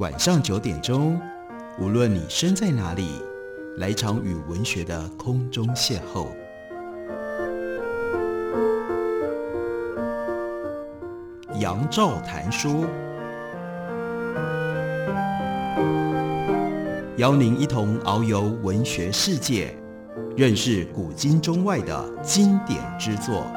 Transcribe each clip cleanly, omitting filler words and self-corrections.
晚上9点钟，无论你身在哪里，来一场与文学的空中邂逅。杨照谈书，邀您一同遨游文学世界，认识古今中外的经典之作。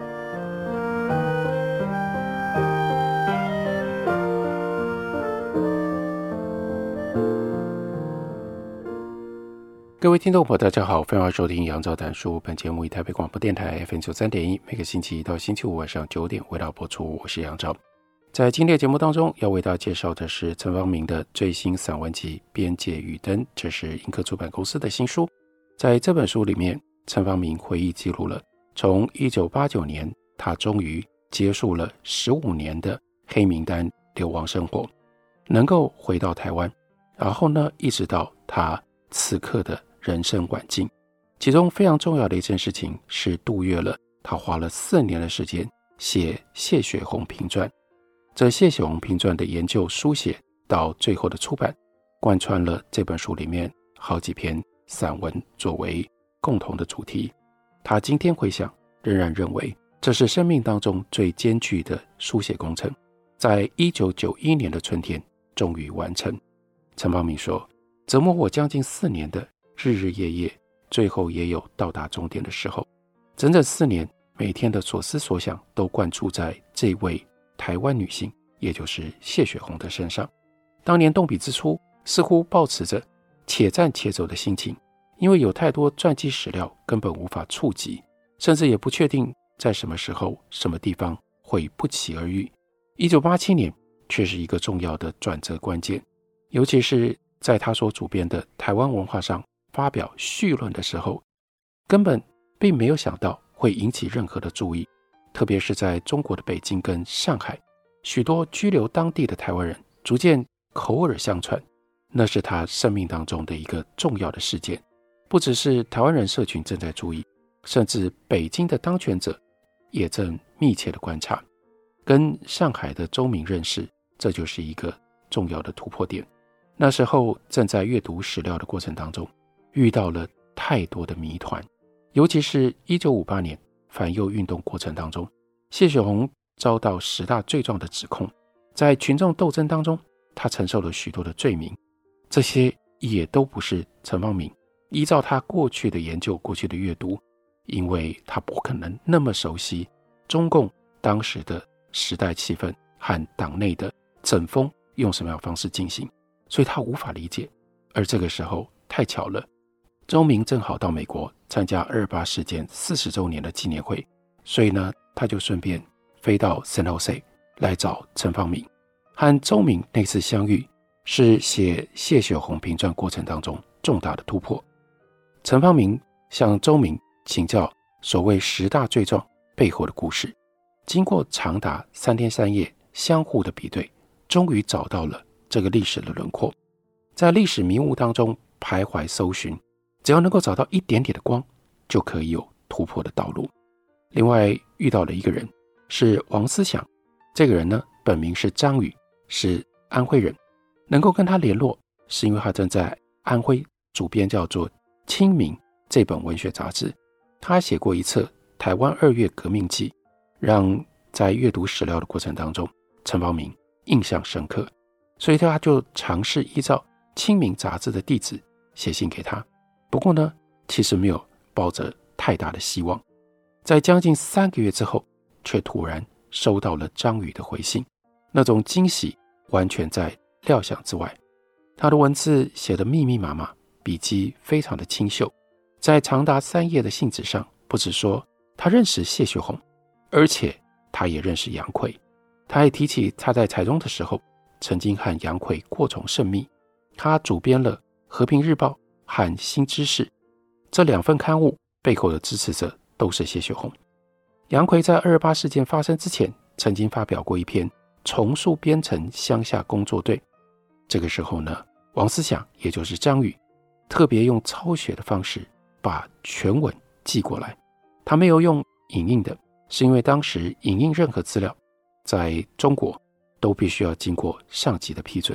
各位听众朋友大家好，欢迎收听杨照谈书。本节目以台北广播电台 FM93.1 每个星期一到星期五晚上9点为大家播出，我是杨照。在今天的节目当中要为大家介绍的是陈芳明的最新散文集《边界与灯》，这是英科出版公司的新书。在这本书里面，陈芳明回忆记录了从1989年他终于结束了15年的黑名单流亡生活，能够回到台湾，然后呢一直到他此刻的人生晚境。其中非常重要的一件事情是度越了他花了4年的时间写谢雪红评传。这谢雪红评传的研究书写到最后的出版，贯穿了这本书里面好几篇散文作为共同的主题。他今天回想仍然认为这是生命当中最艰巨的书写工程，在1991年的春天终于完成。陈芳明说，折磨我将近4年的日日夜夜，最后也有到达终点的时候。整整4年，每天的所思所想都灌注在这位台湾女性，也就是谢雪红的身上。当年动笔之初，似乎抱持着且战且走的心情，因为有太多传记史料根本无法触及，甚至也不确定在什么时候、什么地方会不期而遇。1987年却是一个重要的转折关键，尤其是在他所主编的台湾文化上发表序论的时候，根本并没有想到会引起任何的注意，特别是在中国的北京跟上海，许多居留当地的台湾人逐渐口耳相传，那是他生命当中的一个重要的事件。不只是台湾人社群正在注意，甚至北京的当权者也正密切的观察。跟上海的周明认识，这就是一个重要的突破点。那时候正在阅读史料的过程当中，遇到了太多的谜团，尤其是1958年反右运动过程当中，谢雪红遭到10大罪状的指控，在群众斗争当中，他承受了许多的罪名，这些也都不是陈芳明依照他过去的研究、过去的阅读，因为他不可能那么熟悉中共当时的时代气氛和党内的整风用什么样的方式进行，所以他无法理解。而这个时候太巧了，周明正好到美国参加228事件40周年的纪念会，所以呢，他就顺便飞到 San Jose 来找陈芳明。和周明那次相遇是写谢雪红评传过程当中重大的突破。陈芳明向周明请教所谓10大罪状背后的故事，经过长达3天3夜相互的比对，终于找到了这个历史的轮廓。在历史迷雾当中徘徊搜寻，只要能够找到一点点的光，就可以有突破的道路。另外遇到了一个人，是王思想。这个人呢，本名是张宇，是安徽人。能够跟他联络，是因为他正在安徽主编叫做《清明》这本文学杂志。他写过一册《台湾2月革命记》，让在阅读史料的过程当中，陈芳明印象深刻，所以他就尝试依照《清明》杂志的地址写信给他。不过呢，其实没有抱着太大的希望。在将近3个月之后，却突然收到了张宇的回信，那种惊喜完全在料想之外。他的文字写得密密麻麻，笔迹非常的清秀。在长达3页的信纸上，不只说他认识谢雪红，而且他也认识杨逵。他也提起他在台中的时候，曾经和杨逵过从甚密。他主编了《和平日报》和《新知识》这2份刊物，背后的支持者都是谢雪红。杨逵在228事件发生之前，曾经发表过一篇重塑编程乡下工作队。这个时候呢，王思想也就是张宇，特别用抄写的方式把全文寄过来。他没有用影印的，是因为当时影印任何资料在中国都必须要经过上级的批准，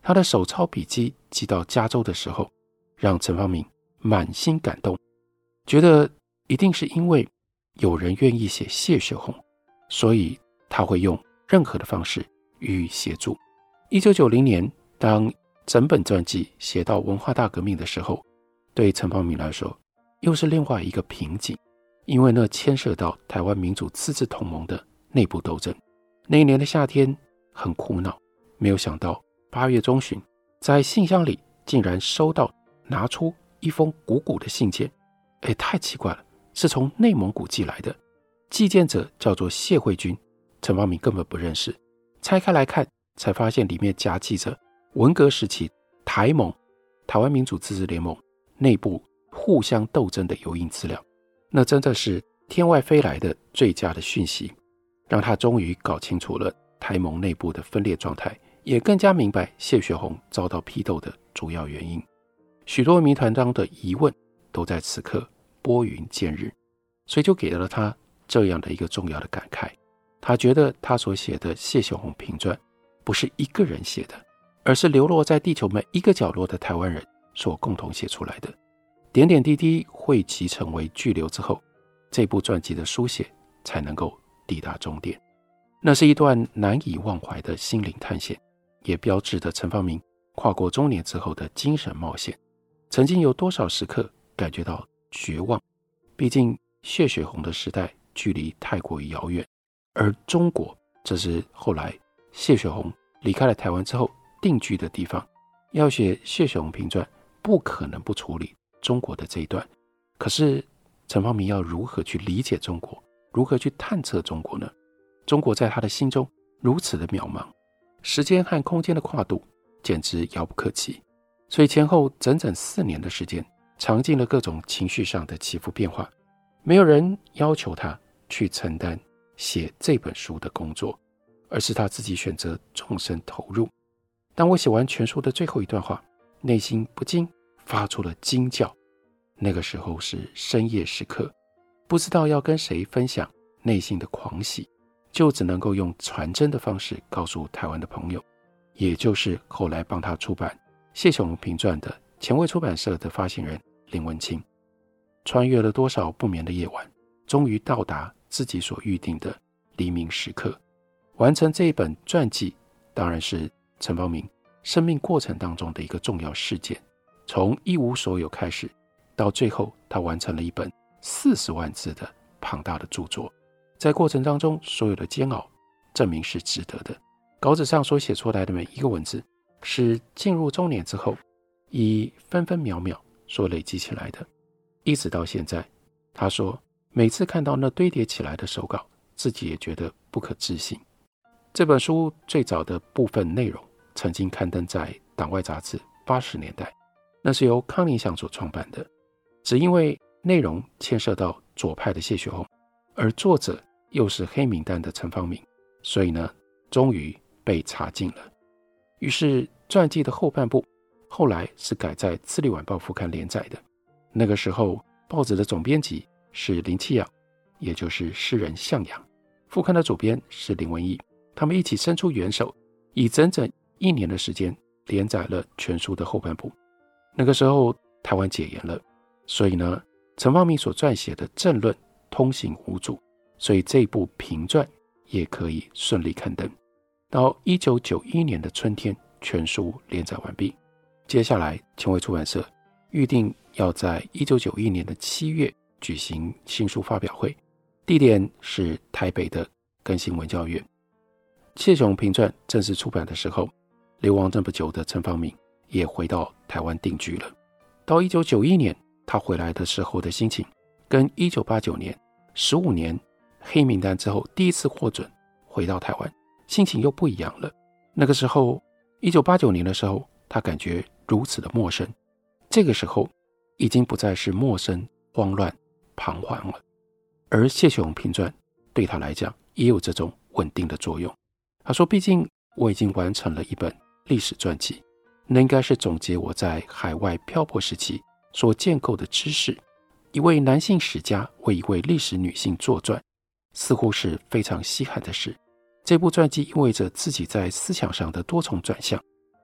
他的手抄笔记寄到加州的时候，让陈方明满心感动，觉得一定是因为有人愿意写谢雪红，所以他会用任何的方式予以协助。1990年，当整本传记写到文化大革命的时候，对陈方明来说又是另外一个瓶颈，因为那牵涉到台湾民主自治同盟的内部斗争。那一年的夏天很苦恼，没有想到8月中旬，在信箱里竟然收到拿出一封鼓鼓的信件，太奇怪了，是从内蒙古寄来的，寄件者叫做谢慧君，陈方明根本不认识。拆开来看，才发现里面夹记着文革时期台盟台湾民主自治联盟内部互相斗争的油印资料。那真的是天外飞来的最佳的讯息，让他终于搞清楚了台盟内部的分裂状态，也更加明白谢雪红遭到批斗的主要原因。许多民团章的疑问都在此刻拨云见日，所以就给了他这样的一个重要的感慨。他觉得他所写的谢雪红评传不是一个人写的，而是流落在地球每一个角落的台湾人所共同写出来的。点点滴滴汇集成为巨流之后，这部传记的书写才能够抵达终点。那是一段难以忘怀的心灵探险，也标志着陈方明跨过中年之后的精神冒险。曾经有多少时刻感觉到绝望，毕竟谢雪红的时代距离太过于遥远，而中国这是后来谢雪红离开了台湾之后定居的地方。要写谢雪红评传，不可能不处理中国的这一段。可是陈方明要如何去理解中国，如何去探测中国呢？中国在他的心中如此的渺茫，时间和空间的跨度简直遥不可及。所以前后整整4年的时间，尝尽了各种情绪上的起伏变化。没有人要求他去承担写这本书的工作，而是他自己选择终身投入。当我写完全书的最后一段话，内心不禁发出了惊叫。那个时候是深夜时刻，不知道要跟谁分享内心的狂喜，就只能够用传真的方式告诉台湾的朋友，也就是后来帮他出版谢雪红评传的前卫出版社的发行人林文清。穿越了多少不眠的夜晚，终于到达自己所预定的黎明时刻。完成这一本传记当然是陈方明生命过程当中的一个重要事件，从一无所有开始，到最后他完成了一本40万字的庞大的著作。在过程当中所有的煎熬证明是值得的。稿纸上所写出来的每一个文字，是进入中年之后以分分秒秒所累积起来的。一直到现在，他说每次看到那堆叠起来的手稿，自己也觉得不可置信。这本书最早的部分内容曾经刊登在党外杂志80年代，那是由康宁祥所创办的。只因为内容牵涉到左派的谢雪红，而作者又是黑名单的陈方明，所以呢，终于被查禁了。于是传记的后半部后来是改在《自立晚报》副刊连载的。那个时候报纸的总编辑是林启阳，也就是诗人向阳，副刊的主编是林文义，他们一起伸出援手，以整整1年的时间连载了全书的后半部。那个时候台湾解严了，所以呢，陈方明所撰写的政论通行无阻，所以这部评传也可以顺利刊登。到1991年的春天，全书连载完毕。接下来前卫出版社预定要在1991年的7月举行新书发表会，地点是台北的更新文教院。谢雪红评传正式出版的时候，流亡这么久的陈方明也回到台湾定居了。到1991年他回来的时候的心情，跟1989年15年黑名单之后第一次获准回到台湾心情又不一样了。那个时候1989年的时候，他感觉如此的陌生，这个时候已经不再是陌生、慌乱、彷徨了。而谢雪红评传对他来讲也有这种稳定的作用。他说，毕竟我已经完成了一本历史传记，那应该是总结我在海外漂泊时期所建构的知识。一位男性史家为一位历史女性作传，似乎是非常稀罕的事。这部传记意味着自己在思想上的多重转向，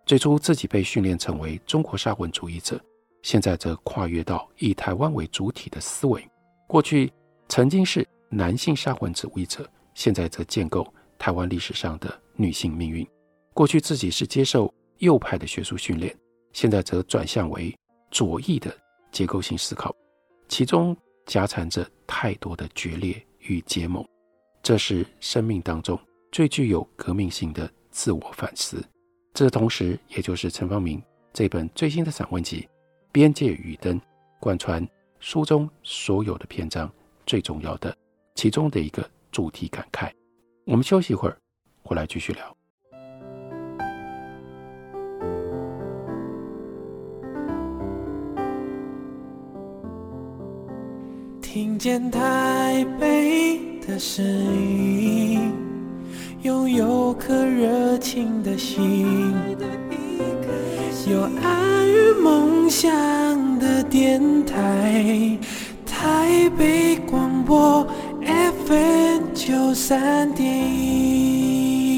最初自己被训练成为中国沙文主义者，现在则跨越到以台湾为主体的思维。过去曾经是男性沙文主义者，现在则建构台湾历史上的女性命运。过去自己是接受右派的学术训练，现在则转向为左翼的结构性思考，其中夹缠着太多的决裂与结盟。这是生命当中最具有革命性的自我反思。这同时也就是陈方明这本最新的散文集《边界与灯》贯穿书中所有的篇章最重要的其中的一个主题感慨。我们休息一会儿，回来继续聊。 听见台北的声音，拥有颗热情的心，有爱与梦想的电台，台北广播 FM93.1。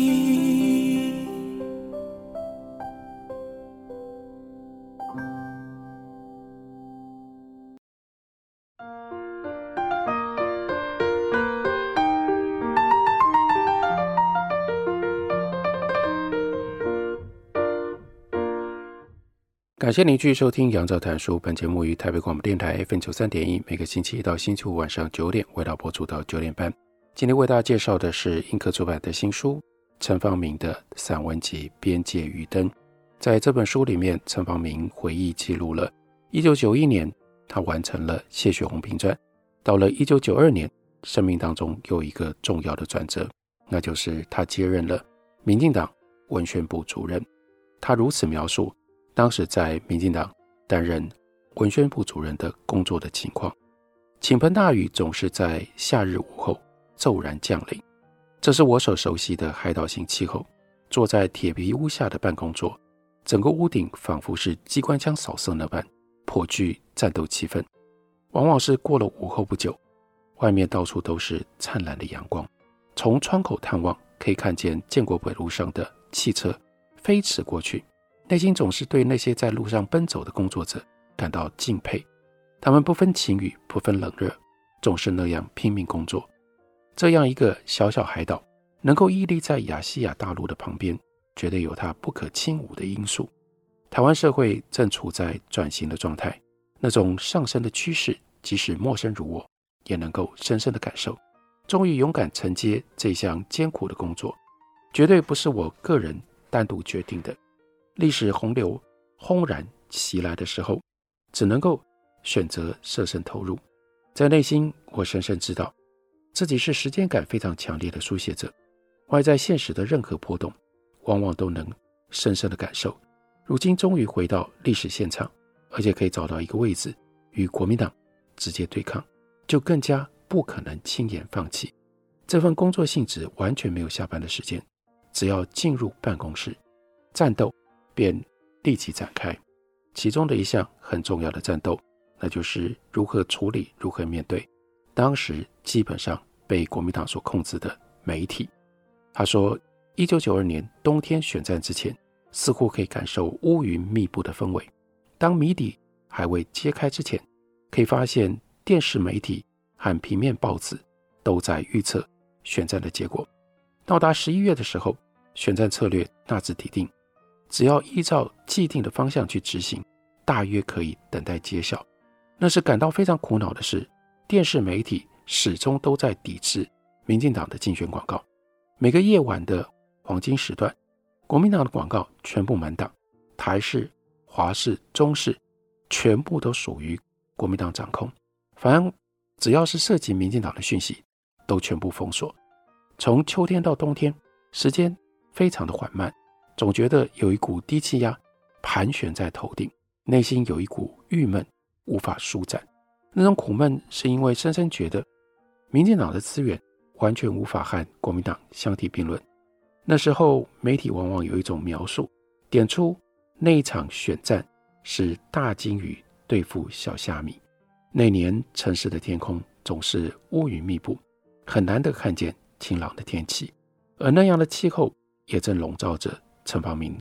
感谢您继续收听杨照谈书，本节目于台北广播电台 FM93.1，每个星期一到星期五晚上9点为大家播出到9点半。今天为大家介绍的是印刻出版的新书陈方明的散文集《边界与灯》。在这本书里面，陈方明回忆记录了1991年他完成了谢雪红评传，到了1992年生命当中有一个重要的转折，那就是他接任了民进党文宣部主任。他如此描述当时在民进党担任文宣部主任的工作的情况：倾盆大雨总是在夏日午后骤然降临，这是我所熟悉的海岛型气候。坐在铁皮屋下的办公桌，整个屋顶仿佛是机关枪扫射那般，颇具战斗气氛。往往是过了午后不久，外面到处都是灿烂的阳光，从窗口探望，可以看见建国北路上的汽车飞驰过去。内心总是对那些在路上奔走的工作者感到敬佩，他们不分晴雨，不分冷热，总是那样拼命工作。这样一个小小海岛能够屹立在亚细亚大陆的旁边，绝对有它不可轻忽的因素。台湾社会正处在转型的状态，那种上升的趋势，即使陌生如我，也能够深深的感受。终于勇敢承接这项艰苦的工作，绝对不是我个人单独决定的。历史洪流轰然袭来的时候，只能够选择设身投入。在内心，我深深知道自己是时间感非常强烈的书写者，外在现实的任何波动往往都能深深的感受。如今终于回到历史现场，而且可以找到一个位置与国民党直接对抗，就更加不可能轻言放弃。这份工作性质完全没有下班的时间，只要进入办公室，战斗便立即展开。其中的一项很重要的战斗，那就是如何处理，如何面对当时基本上被国民党所控制的媒体。他说1992年冬天选战之前，似乎可以感受乌云密布的氛围。当谜底还未揭开之前，可以发现电视媒体和平面报纸都在预测选战的结果。到达11月的时候，选战策略大致底定，只要依照既定的方向去执行，大约可以等待揭晓。那是感到非常苦恼的是，电视媒体始终都在抵制民进党的竞选广告。每个夜晚的黄金时段，国民党的广告全部满档，台视、华视、中视全部都属于国民党掌控。反只要是涉及民进党的讯息，都全部封锁。从秋天到冬天，时间非常的缓慢，总觉得有一股低气压盘旋在头顶，内心有一股郁闷无法舒展。那种苦闷是因为深深觉得民进党的资源完全无法和国民党相提并论。那时候媒体往往有一种描述，点出那一场选战是大鲸鱼对付小虾米。那年城市的天空总是乌云密布，很难得看见晴朗的天气，而那样的气候也正笼罩着陈方明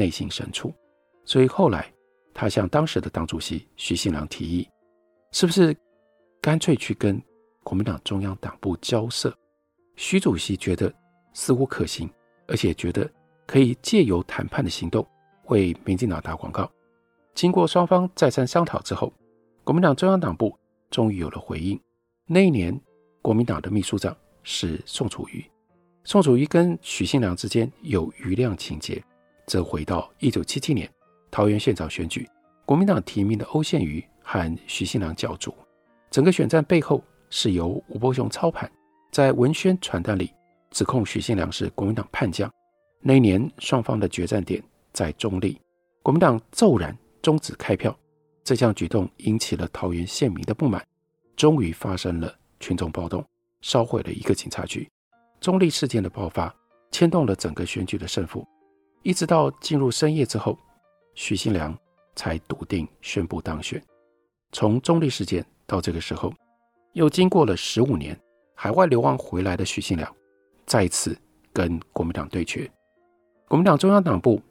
内心深处。所以后来他向当时的党主席许信良提议，是不是干脆去跟国民党中央党部交涉。许主席觉得似乎可行，而且觉得可以借由谈判的行动为民进党打广告。经过双方再三商讨之后，国民党中央党部终于有了回应。那一年国民党的秘书长是宋楚瑜，宋楚瑜跟许信良之间有余量情节，则回到1977年桃园县长选举，国民党提名的欧宪瑜和许信良角逐。整个选战背后是由吴伯雄操盘，在文宣传单里指控许信良是国民党叛将。那一年双方的决战点在中立，国民党骤然终止开票，这项举动引起了桃园县民的不满，终于发生了群众暴动，烧毁了一个警察局。中立事件的爆发牵动了整个选举的胜负，一直到进入深夜之后，许信良才笃定宣布当选。从中立事件到这个时候，又经过了15年，海外流亡回来的许信良再次跟国民党对决。国民党中央党部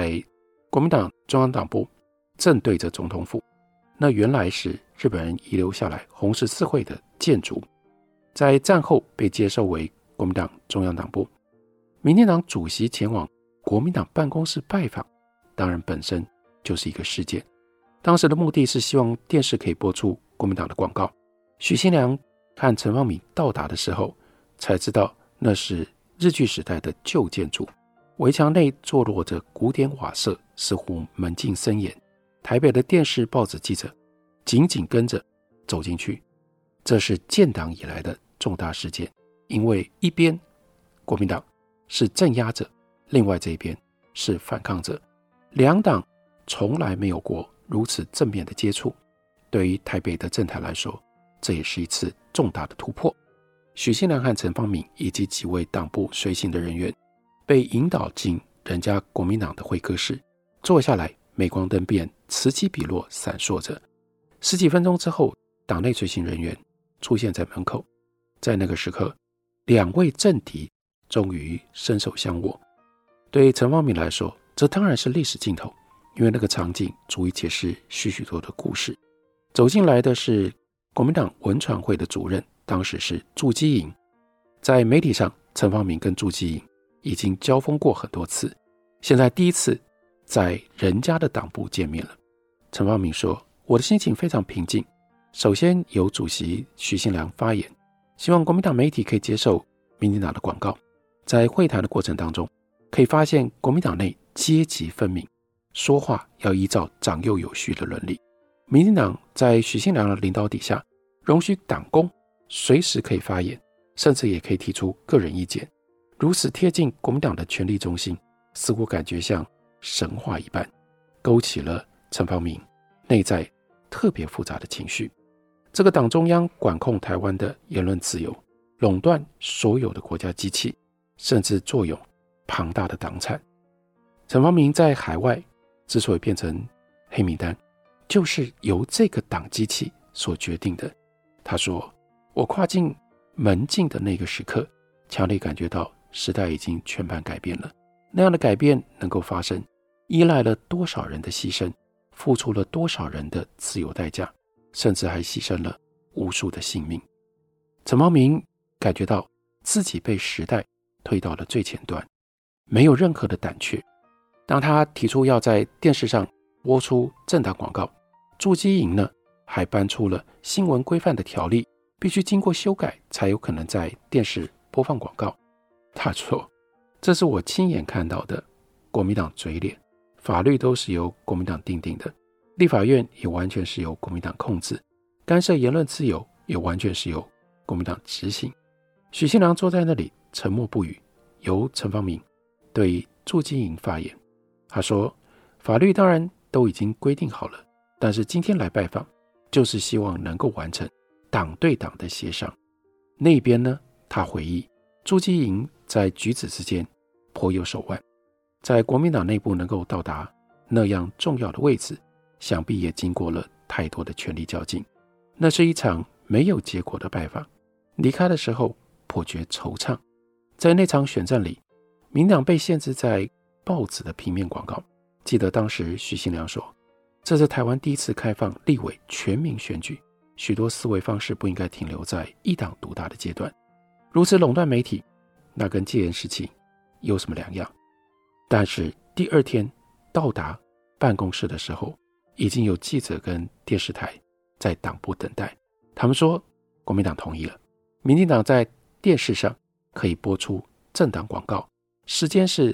正对着总统府，那原来是日本人遗留下来红十字会的建筑，在战后被接收为国民党中央党部。民进党主席前往国民党办公室拜访，当然本身就是一个事件。当时的目的是希望电视可以播出国民党的广告。许信良和陈芳敏到达的时候，才知道那是日据时代的旧建筑，围墙内坐落着古典瓦舍，似乎门禁森严。台北的电视报纸记者紧紧跟着走进去，这是建党以来的重大事件，因为一边国民党是镇压者，另外这一边是反抗者，两党从来没有过如此正面的接触。对于台北的政坛来说，这也是一次重大的突破。许信良和陈芳敏以及几位党部随行的人员被引导进人家国民党的会客室，坐下来，镁光灯便此起彼落闪烁着。十几分钟之后，党内随行人员出现在门口。在那个时刻，两位政敌终于伸手相握。对陈芳敏来说，这当然是历史镜头，因为那个场景足以解释许多的故事。走进来的是国民党文传会的主任，当时是祝基营。在媒体上，陈芳敏跟祝基营已经交锋过很多次，现在第一次在人家的党部见面了。陈芳敏说，我的心情非常平静，首先由主席许信良发言，希望国民党媒体可以接受民进党的广告。在会谈的过程当中，可以发现国民党内阶级分明，说话要依照长幼有序的伦理。民进党在许信良的领导底下，容许党工随时可以发言，甚至也可以提出个人意见。如此贴近国民党的权力中心，似乎感觉像神话一般，勾起了陈芳敏内在特别复杂的情绪。这个党中央管控台湾的言论自由，垄断所有的国家机器，甚至坐拥庞大的党产。陈芳敏在海外之所以变成黑名单，就是由这个党机器所决定的。他说，我跨进门禁的那个时刻，强烈感觉到时代已经全盘改变了。那样的改变能够发生，依赖了多少人的牺牲，付出了多少人的自由代价，甚至还牺牲了无数的性命。陈芳敏感觉到自己被时代推到了最前端，没有任何的胆怯。当他提出要在电视上播出政党广告，驻基营呢还搬出了新闻规范的条例，必须经过修改才有可能在电视播放广告。他说，这是我亲眼看到的国民党嘴脸，法律都是由国民党订定的，立法院也完全是由国民党控制，干涉言论自由也完全是由国民党执行。许信良坐在那里沉默不语，由陈芳敏对驻基营发言。他说，法律当然都已经规定好了，但是今天来拜访就是希望能够完成党对党的协商。那边呢，他回忆驻基营在举止之间颇有手腕，在国民党内部能够到达那样重要的位置，想必也经过了太多的权力较劲。那是一场没有结果的拜访，离开的时候颇觉惆怅。在那场选战里，民党被限制在报纸的平面广告， 记得当时许信良说，这是台湾第一次开放立委全民选举，许多思维方式不应该停留在一党独大的阶段，如此垄断媒体，那跟戒严时期有什么两样？但是第二天到达办公室的时候，已经有记者跟电视台在党部等待，他们说国民党同意了，民进党在电视上可以播出政党广告，时间是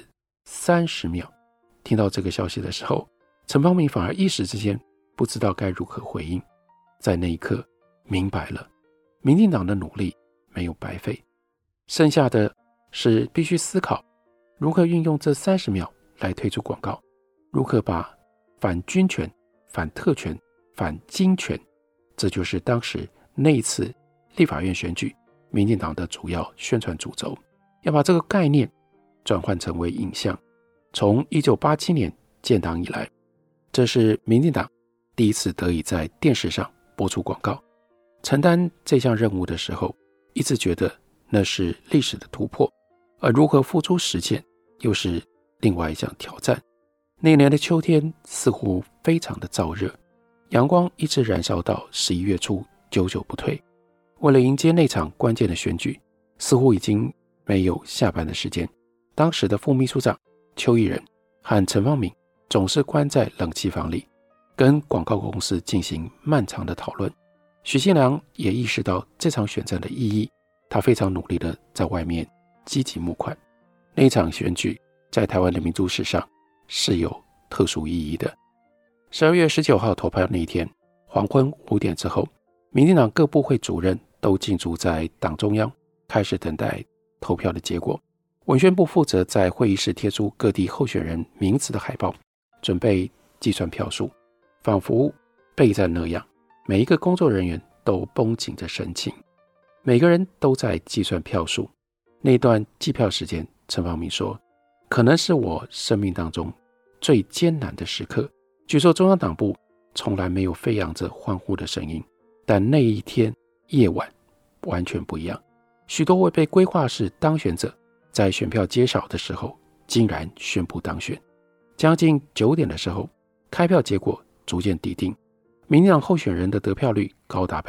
30秒。听到这个消息的时候，陈芳明反而一时之间不知道该如何回应。在那一刻明白了，民进党的努力没有白费，剩下的是必须思考如何运用这30秒来推出广告，如何把反军权、反特权、反金权，这就是当时那一次立法院选举民进党的主要宣传主轴，要把这个概念转换成为影像。从1987年建党以来，这是民进党第一次得以在电视上播出广告。承担这项任务的时候，一直觉得那是历史的突破，而如何付诸实践又是另外一项挑战。那年的秋天似乎非常的燥热，阳光一直燃烧到11月初，久久不退。为了迎接那场关键的选举，似乎已经没有下班的时间。当时的副秘书长邱义仁和陈芳明总是关在冷气房里，跟广告公司进行漫长的讨论。许信良也意识到这场选战的意义，他非常努力的在外面积极募款。那一场选举在台湾的民主史上是有特殊意义的。12月19号投票那一天，黄昏5点之后，民进党各部会主任都进驻在党中央，开始等待投票的结果。文宣部负责在会议室贴出各地候选人名字的海报，准备计算票数，仿佛备战那样，每一个工作人员都绷紧着神情，每个人都在计算票数。那段计票时间，陈芳明说，可能是我生命当中最艰难的时刻。据说中央党部从来没有飞扬着欢呼的声音，但那一天夜晚完全不一样。许多未被规划是当选者在选票揭晓的时候竟然宣布当选。将近9点的时候，开票结果逐渐底定，民进党候选人的得票率高达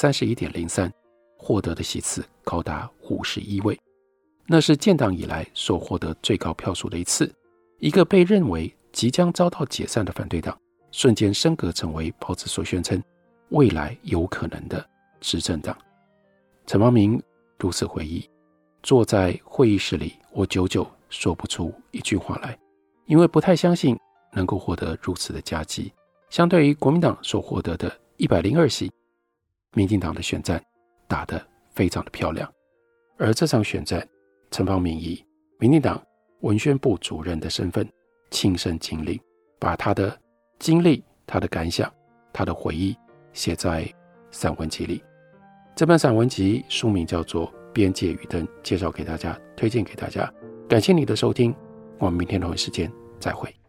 31.03%， 获得的席次高达51位，那是建党以来所获得最高票数的一次。一个被认为即将遭到解散的反对党，瞬间升格成为报纸所宣称未来有可能的执政党。陈芳明如此回忆，坐在会议室里，我久久说不出一句话来，因为不太相信能够获得如此的佳绩。相对于国民党所获得的102席，民进党的选战打得非常的漂亮。而这场选战，陈芳明以民进党文宣部主任的身份亲身经历，把他的经历、他的感想、他的回忆写在散文集里。这本散文集书名叫做《边界与灯》，介绍给大家，推荐给大家。感谢你的收听，我们明天同一时间再会。